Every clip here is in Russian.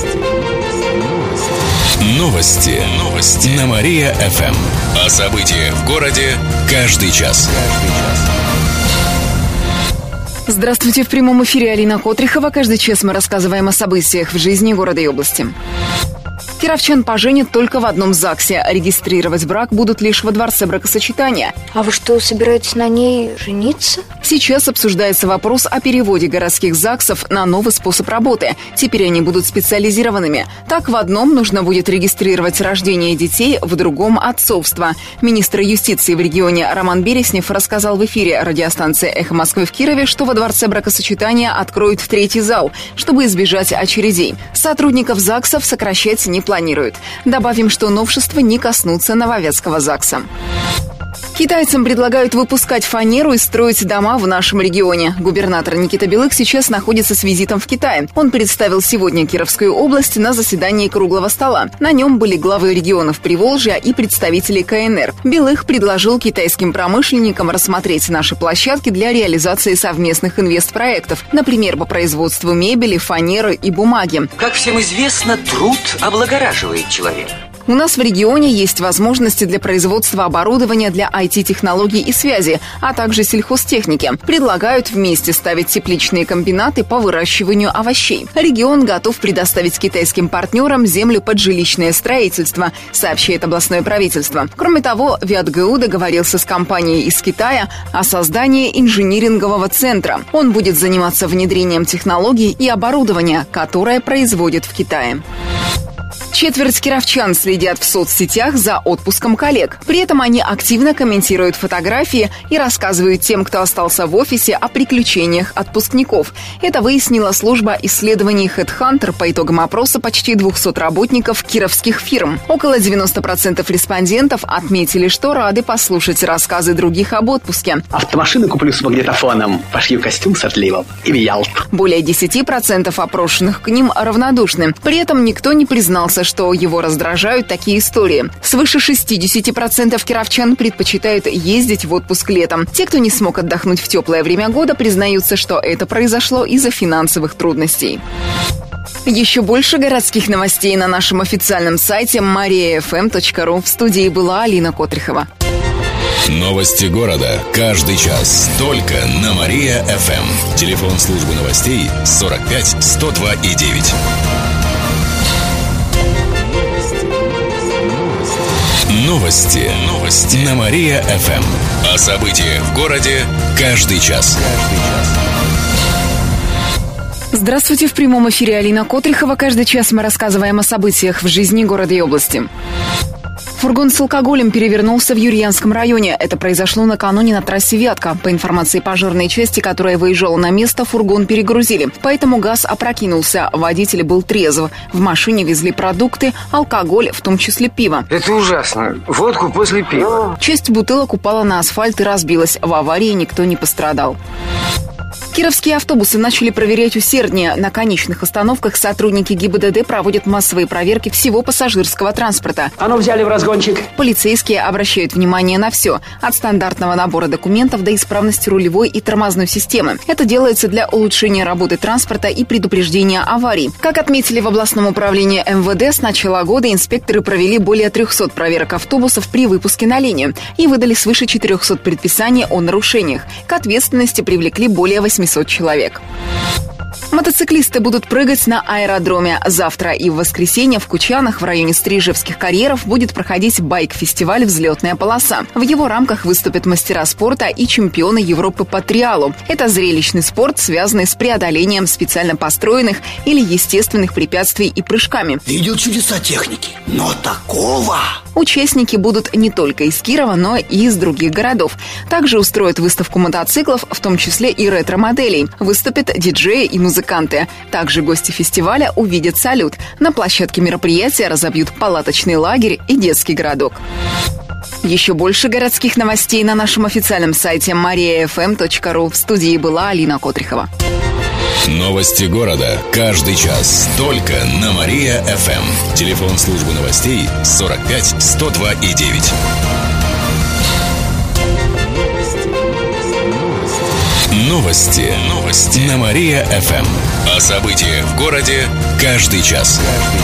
Новости на Мария-ФМ. О событиях в городе каждый час. Здравствуйте, в прямом эфире Алина Котрихова. Каждый час мы рассказываем о событиях в жизни города и области. Кировчан поженят только в одном ЗАГСе. Регистрировать брак будут лишь во дворце бракосочетания. А вы что, собираетесь на ней жениться? Сейчас обсуждается вопрос о переводе городских ЗАГСов на новый способ работы. Теперь они будут специализированными. Так, в одном нужно будет регистрировать рождение детей, в другом – отцовство. Министр юстиции в регионе Роман Береснев рассказал в эфире радиостанции «Эхо Москвы» в Кирове, что во дворце бракосочетания откроют третий зал, чтобы избежать очередей. Сотрудников ЗАГСов сокращать не планируют. Добавим, что новшества не коснутся Нововятского ЗАГСа. Китайцам предлагают выпускать фанеру и строить дома в нашем регионе. Губернатор Никита Белых сейчас находится с визитом в Китае. Он представил сегодня Кировскую область на заседании круглого стола. На нем были главы регионов Приволжья и представители КНР. Белых предложил китайским промышленникам рассмотреть наши площадки для реализации совместных инвестпроектов, например, по производству мебели, фанеры и бумаги. Как всем известно, труд облагораживает человека. У нас в регионе есть возможности для производства оборудования для IT-технологий и связи, а также сельхозтехники. Предлагают вместе ставить тепличные комбинаты по выращиванию овощей. Регион готов предоставить китайским партнерам землю под жилищное строительство, сообщает областное правительство. Кроме того, ВятГУ договорился с компанией из Китая о создании инжинирингового центра. Он будет заниматься внедрением технологий и оборудования, которое производит в Китае. Четверть кировчан следят в соцсетях за отпуском коллег. При этом они активно комментируют фотографии и рассказывают тем, кто остался в офисе, о приключениях отпускников. Это выяснила служба исследований HeadHunter по итогам опроса почти 200 работников кировских фирм. Около 90% респондентов отметили, что рады послушать рассказы других об отпуске. Автомашину куплю с магнитофоном, пошью костюм с отливом и в Ялту. Более 10% опрошенных к ним равнодушны. При этом никто не признался, что его раздражают такие истории. Свыше 60% кировчан предпочитают ездить в отпуск летом. Те, кто не смог отдохнуть в теплое время года, признаются, что это произошло из-за финансовых трудностей. Еще больше городских новостей на нашем официальном сайте mariafm.ru. В студии была Алина Котрихова. Новости города каждый час только на Мария-ФМ. Телефон службы новостей 45 102 и 9. Новости на Мария-ФМ. О событиях в городе каждый час. Здравствуйте, в прямом эфире Алина Котрихова. Каждый час мы рассказываем о событиях в жизни города и области. Фургон с алкоголем перевернулся в Юрьянском районе. Это произошло накануне на трассе Вятка. По информации пожарной части, которая выезжала на место, фургон перегрузили. Поэтому ГАЗ опрокинулся. Водитель был трезв. В машине везли продукты, алкоголь, в том числе пиво. Это ужасно. Водку после пива. Часть бутылок упала на асфальт и разбилась. В аварии никто не пострадал. Кировские автобусы начали проверять усерднее. На конечных остановках сотрудники ГИБДД проводят массовые проверки всего пассажирского транспорта. А ну взяли в разгончик. Полицейские обращают внимание на все. От стандартного набора документов до исправности рулевой и тормозной системы. Это делается для улучшения работы транспорта и предупреждения аварий. Как отметили в областном управлении МВД, с начала года инспекторы провели более 300 проверок автобусов при выпуске на линию и выдали свыше 400 предписаний о нарушениях. К ответственности привлекли более 800 человек. Мотоциклисты будут прыгать на аэродроме. Завтра и в воскресенье в Кучанах в районе Стрижевских карьеров будет проходить байк-фестиваль «Взлетная полоса». В его рамках выступят мастера спорта и чемпионы Европы по триалу. Это зрелищный спорт, связанный с преодолением специально построенных или естественных препятствий и прыжками. Видел чудеса техники, но такого... Участники будут не только из Кирова, но и из других городов. Также устроят выставку мотоциклов, в том числе и ретро-моделей. Выступят диджеи и музыканты. Также гости фестиваля увидят салют. На площадке мероприятия разобьют палаточный лагерь и детский городок. Еще больше городских новостей на нашем официальном сайте mariafm.ru. В студии была Алина Котрихова. Новости города каждый час только на Мария-ФМ. Телефон службы новостей 45 102 и 9. Новости на Мария-ФМ. О событиях в городе Каждый час.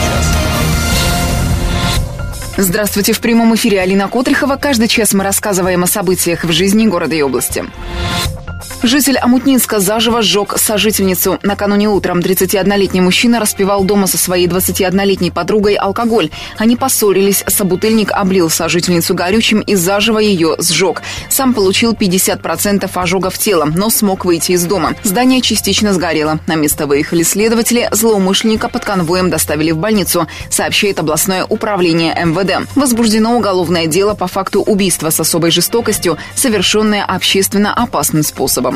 Здравствуйте, в прямом эфире Алина Котрихова. Каждый час мы рассказываем о событиях в жизни города и области. Житель Омутнинска заживо сжег сожительницу. Накануне утром 31-летний мужчина распивал дома со своей 21-летней подругой алкоголь. Они поссорились, собутыльник облил сожительницу горючим и заживо ее сжег. Сам получил 50% ожогов тела, но смог выйти из дома. Здание частично сгорело. На место выехали следователи, злоумышленника под конвоем доставили в больницу, сообщает областное управление МВД. Возбуждено уголовное дело по факту убийства с особой жестокостью, совершенное общественно опасным способом.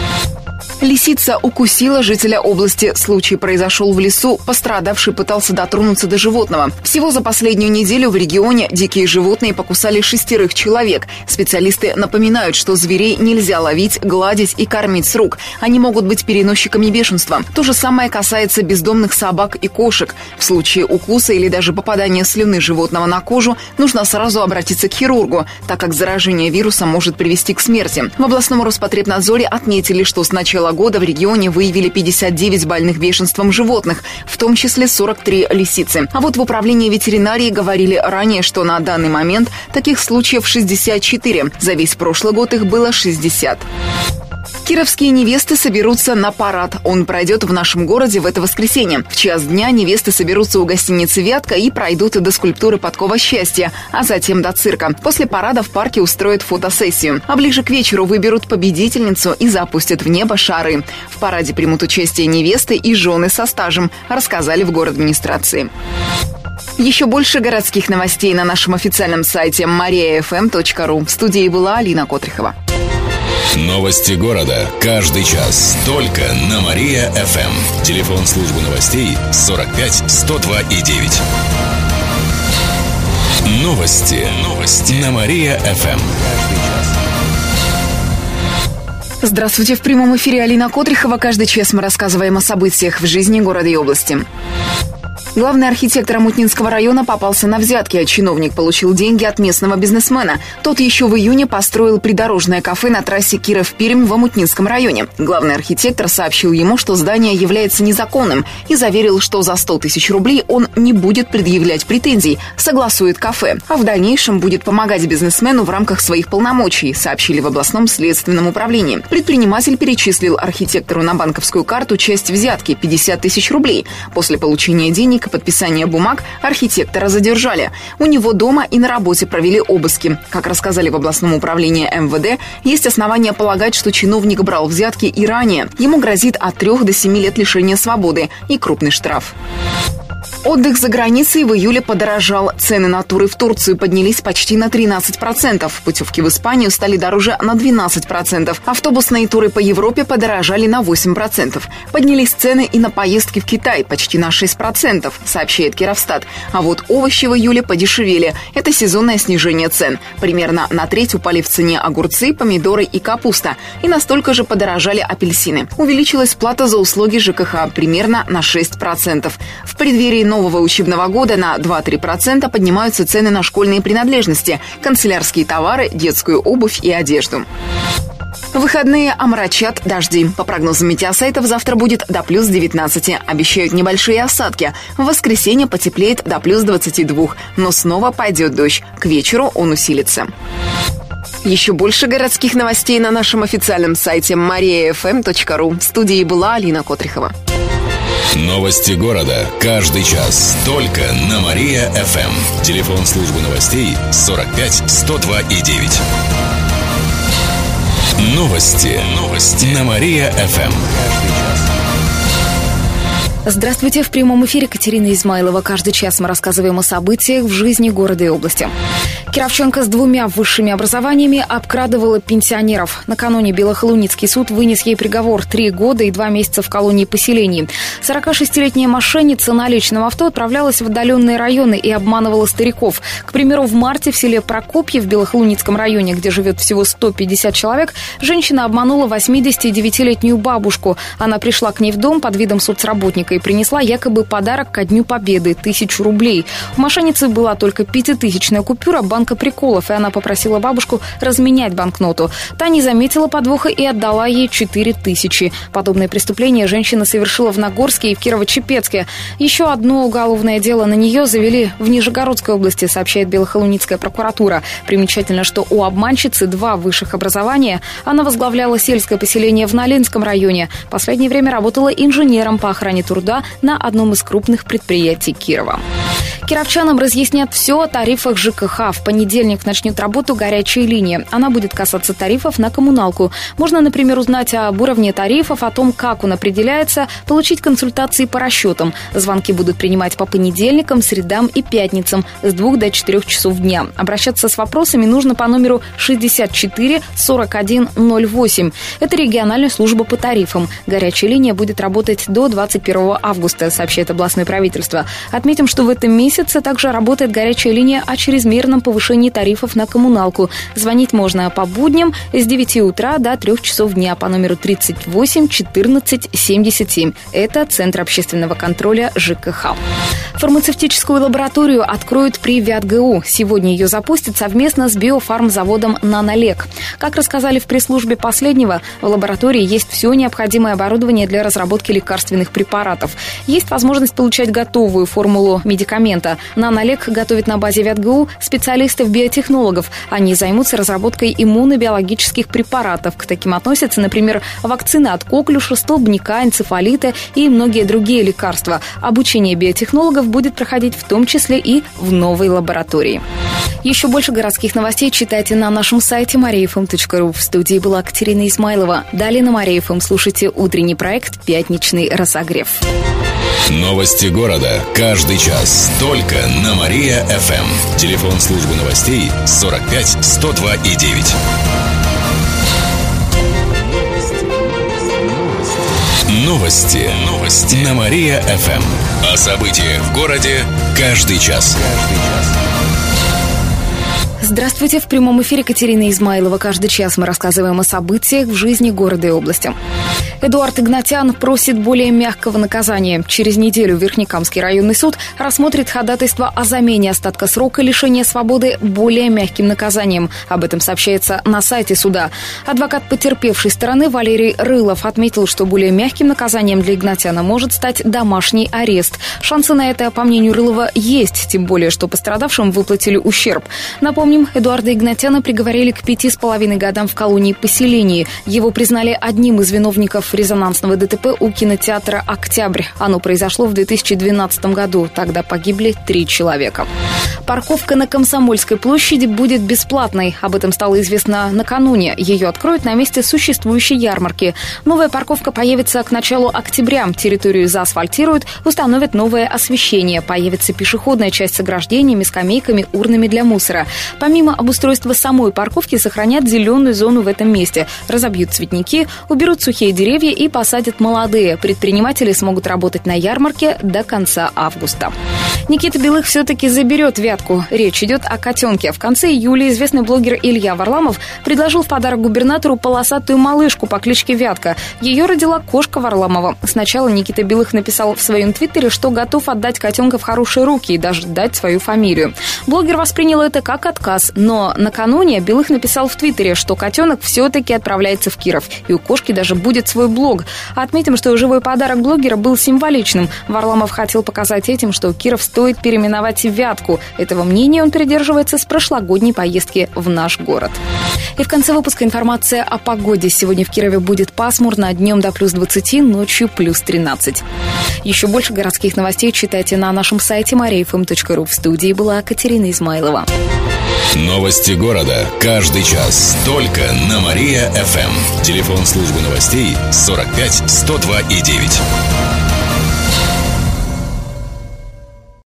Лисица укусила жителя области. Случай произошел в лесу. Пострадавший пытался дотронуться до животного. Всего за последнюю неделю в регионе дикие животные покусали 6 человек. Специалисты напоминают, что зверей нельзя ловить, гладить и кормить с рук. Они могут быть переносчиками бешенства. То же самое касается бездомных собак и кошек. В случае укуса или даже попадания слюны животного на кожу нужно сразу обратиться к хирургу, так как заражение вирусом может привести к смерти. В областном Роспотребнадзоре отметили, что с начала года в регионе выявили 59 больных бешенством животных, в том числе 43 лисицы. А вот в управлении ветеринарии говорили ранее, что на данный момент таких случаев 64. За весь прошлый год их было 60. Кировские невесты соберутся на парад. Он пройдет в нашем городе в это воскресенье. В час дня невесты соберутся у гостиницы «Вятка» и пройдут до скульптуры «Подкова счастья», а затем до цирка. После парада в парке устроят фотосессию. А ближе к вечеру выберут победительницу и запустят в небо шары. В параде примут участие невесты и жены со стажем, рассказали в горадминистрации. Еще больше городских новостей на нашем официальном сайте mariafm.ru. В студии была Алина Котрихова. Новости города. Каждый час. Только на Мария-ФМ. Телефон службы новостей 45 102 и 9. Новости на Мария-ФМ. Здравствуйте, в прямом эфире Алина Котрихова. Каждый час мы рассказываем о событиях в жизни города и области. Главный архитектор Омутнинского района попался на взятки, а чиновник получил деньги от местного бизнесмена. Тот еще в июне построил придорожное кафе на трассе Киров-Пермь в Омутнинском районе. Главный архитектор сообщил ему, что здание является незаконным, и заверил, что за 100 тысяч рублей он не будет предъявлять претензий, согласует кафе, а в дальнейшем будет помогать бизнесмену в рамках своих полномочий, сообщили в областном следственном управлении. Предприниматель перечислил архитектору на банковскую карту часть взятки – 50 тысяч рублей. После получения денег и подписания бумаг архитектора задержали. У него дома и на работе провели обыски. Как рассказали в областном управлении МВД, есть основания полагать, что чиновник брал взятки и ранее. Ему грозит от 3 до 7 лет лишения свободы и крупный штраф. Отдых за границей в июле подорожал. Цены на туры в Турцию поднялись почти на 13%. Путевки в Испанию стали дороже на 12%. Автобусные туры по Европе подорожали на 8%. Поднялись цены и на поездки в Китай почти на 6%, сообщает Кировстат. А вот овощи в июле подешевели. Это сезонное снижение цен. Примерно на треть упали в цене огурцы, помидоры и капуста. И настолько же подорожали апельсины. Увеличилась плата за услуги ЖКХ примерно на 6%. В преддверии нового учебного года на 2-3% поднимаются цены на школьные принадлежности, канцелярские товары, детскую обувь и одежду. Выходные омрачат дожди. По прогнозам метеосайтов, завтра будет до плюс 19. Обещают небольшие осадки. В воскресенье потеплеет до плюс 22. Но снова пойдет дождь. К вечеру он усилится. Еще больше городских новостей на нашем официальном сайте mariafm.ru. В студии была Алина Котрихова. Новости города. Каждый час. Только на Мария-ФМ. Телефон службы новостей 45 102 и 9. Новости на Мария-ФМ. Здравствуйте, в прямом эфире Катерина Измайлова. Каждый час мы рассказываем о событиях в жизни города и области. Кировчанка с 2 высшими образованиями обкрадывала пенсионеров. Накануне Белохолуницкий суд вынес ей приговор 3 года и 2 месяца в колонии поселений. 46-летняя мошенница на личном авто отправлялась в отдаленные районы и обманывала стариков. К примеру, в марте в селе Прокопье в Белохолуницком районе, где живет всего 150 человек, женщина обманула 89-летнюю бабушку. Она пришла к ней в дом под видом соцработника и принесла якобы подарок ко Дню Победы – 1000 рублей. У мошенницы была только 5000-я купюра банка приколов, и она попросила бабушку разменять банкноту. Та не заметила подвоха и отдала ей 4000. Подобное преступление женщина совершила в Нагорске и в Кирово-Чепецке. Еще одно уголовное дело на нее завели в Нижегородской области, сообщает Белохолуницкая прокуратура. Примечательно, что у обманщицы 2 высших образования. Она возглавляла сельское поселение в Налинском районе. В последнее время работала инженером по охране труда на одном из крупных предприятий Кирова. Кировчанам разъяснят все о тарифах ЖКХ. В понедельник начнет работу горячая линия. Она будет касаться тарифов на коммуналку. Можно, например, узнать об уровне тарифов, о том, как он определяется, получить консультации по расчетам. Звонки будут принимать по понедельникам, средам и пятницам с 2 до 4 часов дня. Обращаться с вопросами нужно по номеру 64 41 08. Это региональная служба по тарифам. Горячая линия будет работать до 21 августа, сообщает областное правительство. Отметим, что в этом месяце также работает горячая линия о чрезмерном повышении тарифов на коммуналку. Звонить можно по будням с 9 утра до 3 часов дня по номеру 38 14 77. Это Центр общественного контроля ЖКХ. Фармацевтическую лабораторию откроют при ВятГУ. Сегодня ее запустят совместно с биофармзаводом «Нанолек». Как рассказали в пресс-службе последнего, в лаборатории есть все необходимое оборудование для разработки лекарственных препаратов. Есть возможность получать готовую формулу медикамента. «Нанолек» готовит на базе ВятГУ специалистов-биотехнологов. Они займутся разработкой иммунобиологических препаратов. К таким относятся, например, вакцины от коклюша, столбняка, энцефалита и многие другие лекарства. Обучение биотехнологов будет проходить в том числе и в новой лаборатории. Еще больше городских новостей читайте на нашем сайте mariafm.ru. В студии была Катерина Измайлова. Далее на Мария ФМ слушайте утренний проект «Пятничный разогрев». Новости города. Каждый час. Только на Мария-ФМ. Телефон службы новостей 45 102 и 9. Новости на Мария-ФМ. О событиях в городе каждый час. Здравствуйте, в прямом эфире Катерина Измайлова. Каждый час мы рассказываем о событиях в жизни города и области. Эдуард Игнатян просит более мягкого наказания. Через неделю Верхнекамский районный суд рассмотрит ходатайство о замене остатка срока лишения свободы более мягким наказанием. Об этом сообщается на сайте суда. Адвокат потерпевшей стороны Валерий Рылов отметил, что более мягким наказанием для Игнатяна может стать домашний арест. Шансы на это, по мнению Рылова, есть, тем более, что пострадавшим выплатили ущерб. Напомним, Эдуарда Игнатяна приговорили к 5,5 годам в колонии-поселении. Его признали одним из виновников резонансного ДТП у кинотеатра «Октябрь». Оно произошло в 2012 году. Тогда погибли 3 человека. Парковка на Комсомольской площади будет бесплатной. Об этом стало известно накануне. Ее откроют на месте существующей ярмарки. Новая парковка появится к началу октября. Территорию заасфальтируют, установят новое освещение. Появится пешеходная часть с ограждениями, скамейками, урнами для мусора. Помимо обустройства самой парковки, сохранят зеленую зону в этом месте. Разобьют цветники, уберут сухие деревья и посадят молодые. Предприниматели смогут работать на ярмарке до конца августа. Никита Белых все-таки заберет Вятку. Речь идет о котенке. В конце июля известный блогер Илья Варламов предложил в подарок губернатору полосатую малышку по кличке Вятка. Ее родила кошка Варламова. Сначала Никита Белых написал в своем твиттере, что готов отдать котенка в хорошие руки и даже дать свою фамилию. Блогер воспринял это как отказ, но накануне Белых написал в твиттере, что котенок все-таки отправляется в Киров, и у кошки даже будет свой блог. Отметим, что живой подарок блогера был символичным. Варламов хотел показать этим, что Киров стоит переименовать в Вятку. Этого мнения он придерживается с прошлогодней поездки в наш город. И в конце выпуска информация о погоде. Сегодня в Кирове будет пасмурно, днем до плюс 20, ночью плюс 13. Еще больше городских новостей читайте на нашем сайте mariafm.ru. В студии была Катерина Измайлова. Новости города. Каждый час. Только на Мария-ФМ. Телефон службы новостей 45 102 и 9.